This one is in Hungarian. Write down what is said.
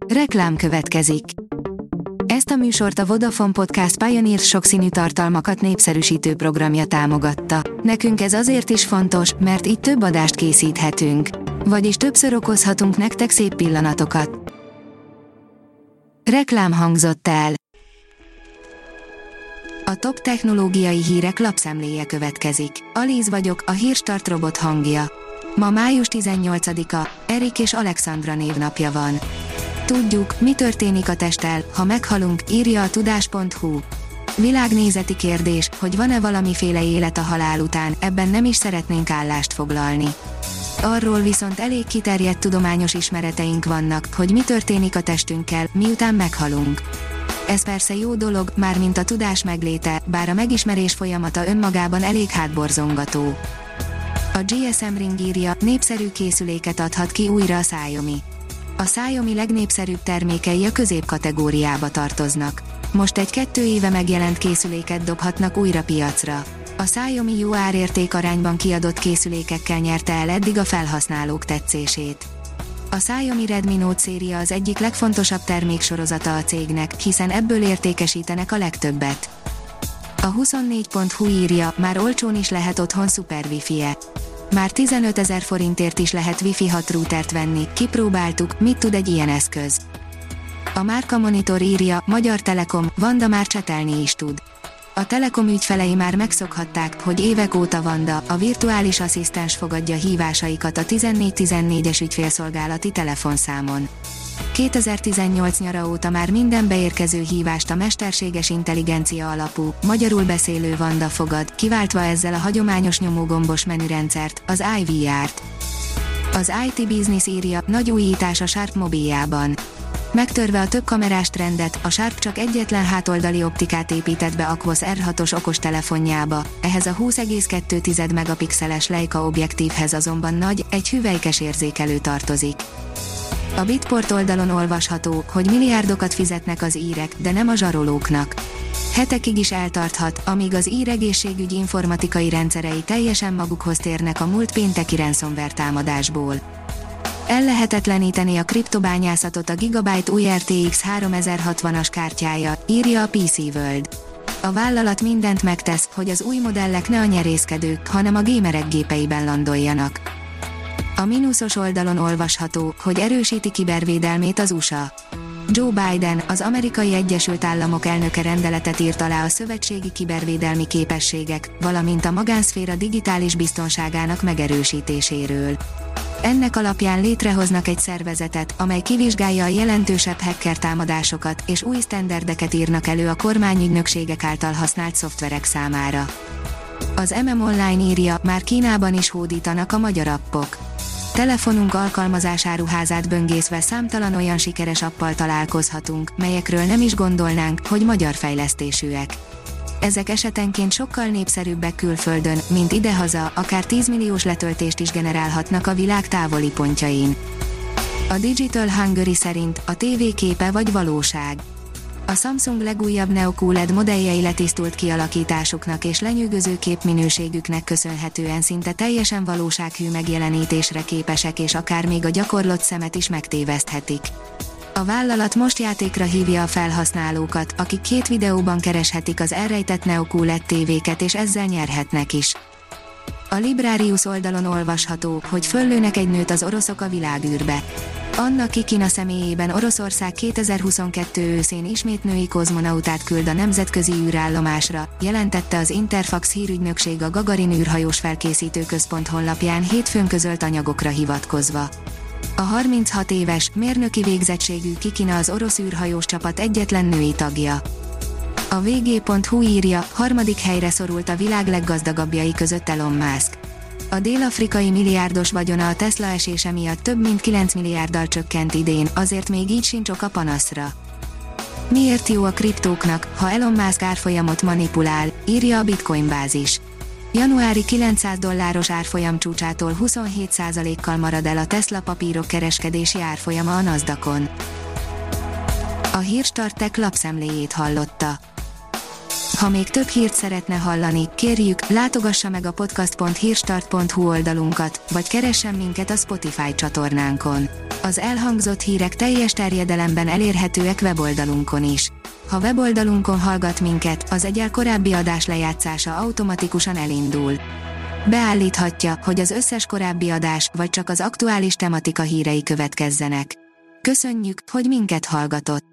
Reklám következik. Ezt a műsort a Vodafone Podcast Pioneer sokszínű tartalmakat népszerűsítő programja támogatta. Nekünk ez azért is fontos, mert így több adást készíthetünk. Vagyis többször okozhatunk nektek szép pillanatokat. Reklám hangzott el. A top technológiai hírek lapszemléje következik. Alíz vagyok, a Hírstart robot hangja. Ma május 18-a, Erik és Alexandra névnapja van. Tudjuk, mi történik a testtel, ha meghalunk, írja a tudás.hu. Világnézeti kérdés, hogy van-e valamiféle élet a halál után, ebben nem is szeretnénk állást foglalni. Arról viszont elég kiterjedt tudományos ismereteink vannak, hogy mi történik a testünkkel, miután meghalunk. Ez persze jó dolog, mármint a tudás megléte, bár a megismerés folyamata önmagában elég hátborzongató. A GSM Ring írja, népszerű készüléket adhat ki újra a Xiaomi. A Xiaomi legnépszerűbb termékei a középkategóriába tartoznak. Most egy 2 éve megjelent készüléket dobhatnak újra piacra. A Xiaomi jó árérték arányban kiadott készülékekkel nyerte el eddig a felhasználók tetszését. A Xiaomi Redmi Note széria az egyik legfontosabb terméksorozata a cégnek, hiszen ebből értékesítenek a legtöbbet. A 24.hu írja, már olcsón is lehet otthon szuper wifi-e. Már 15 000 forintért is lehet Wi-Fi 6 routert venni, kipróbáltuk, mit tud egy ilyen eszköz. A Márka Monitor írja, Magyar Telekom, Vanda már csetelni is tud. A Telekom ügyfelei már megszokhatták, hogy évek óta Vanda, a virtuális asszisztens fogadja hívásaikat a 1414-es ügyfélszolgálati telefonszámon. 2018 nyara óta már minden beérkező hívást a mesterséges intelligencia alapú, magyarul beszélő Vanda fogad, kiváltva ezzel a hagyományos nyomógombos menürendszert, az iVR-t. Az IT Business írja, nagy újítás a Sharp mobiljában. Megtörve a többkamerás trendet, a Sharp csak egyetlen hátoldali optikát épített be Aquos R6-os okostelefonjába, ehhez a 20,2 megapixeles Leica objektívhez azonban nagy, egy hüvelykes érzékelő tartozik. A Bitport oldalon olvasható, hogy milliárdokat fizetnek az írek, de nem a zsarolóknak. Hetekig is eltarthat, amíg az ír egészségügy informatikai rendszerei teljesen magukhoz térnek a múlt pénteki ransomware támadásból. Ellehetetleníteni a kriptobányászatot a Gigabyte új RTX 3060-as kártyája, írja a PC World. A vállalat mindent megtesz, hogy az új modellek ne a nyerészkedők, hanem a gémerek gépeiben landoljanak. A mínuszos oldalon olvasható, hogy erősíti kibervédelmét az USA. Joe Biden, az Amerikai Egyesült Államok elnöke rendeletet írt alá a szövetségi kibervédelmi képességek, valamint a magánszféra digitális biztonságának megerősítéséről. Ennek alapján létrehoznak egy szervezetet, amely kivizsgálja a jelentősebb hacker támadásokat, és új sztenderdeket írnak elő a kormányügynökségek által használt szoftverek számára. Az MM Online írja, már Kínában is hódítanak a magyar appok. Telefonunk alkalmazásáruházát böngészve számtalan olyan sikeres appal találkozhatunk, melyekről nem is gondolnánk, hogy magyar fejlesztésűek. Ezek esetenként sokkal népszerűbbek külföldön, mint idehaza, akár 10 milliós letöltést is generálhatnak a világ távoli pontjain. A Digital Hungary szerint a tévé képe vagy valóság. A Samsung legújabb Neo QLED modelljei letisztult kialakításuknak és lenyűgöző képminőségüknek köszönhetően szinte teljesen valósághű megjelenítésre képesek, és akár még a gyakorlott szemet is megtéveszthetik. A vállalat most játékra hívja a felhasználókat, akik 2 videóban kereshetik az elrejtett Neo QLED tévéket, és ezzel nyerhetnek is. A Librarius oldalon olvasható, hogy föllőnek egy nőt az oroszok a világűrbe. Anna Kikina személyében Oroszország 2022 őszén ismét női kozmonautát küld a nemzetközi űrállomásra, jelentette az Interfax hírügynökség a Gagarin űrhajós felkészítő központ honlapján hétfőn közölt anyagokra hivatkozva. A 36 éves, mérnöki végzettségű Kikina az orosz űrhajós csapat egyetlen női tagja. A vg.hu írja, 3. helyre szorult a világ leggazdagabbjai között Elon Musk. A dél-afrikai milliárdos vagyona a Tesla esése miatt több mint 9 milliárddal csökkent idén, azért még így sincs ok a panaszra. Miért jó a kriptóknak, ha Elon Musk árfolyamot manipulál, írja a Bitcoin bázis. Januári $900 árfolyam csúcsától 27%-kal marad el a Tesla papírok kereskedési árfolyama a Nasdaqon. A Hírstart Tech lapszemléjét hallotta. Ha még több hírt szeretne hallani, kérjük, látogassa meg a podcast.hírstart.hu oldalunkat, vagy keressen minket a Spotify csatornánkon. Az elhangzott hírek teljes terjedelemben elérhetőek weboldalunkon is. Ha weboldalunkon hallgat minket, az egyel korábbi adás lejátszása automatikusan elindul. Beállíthatja, hogy az összes korábbi adás, vagy csak az aktuális tematika hírei következzenek. Köszönjük, hogy minket hallgatott!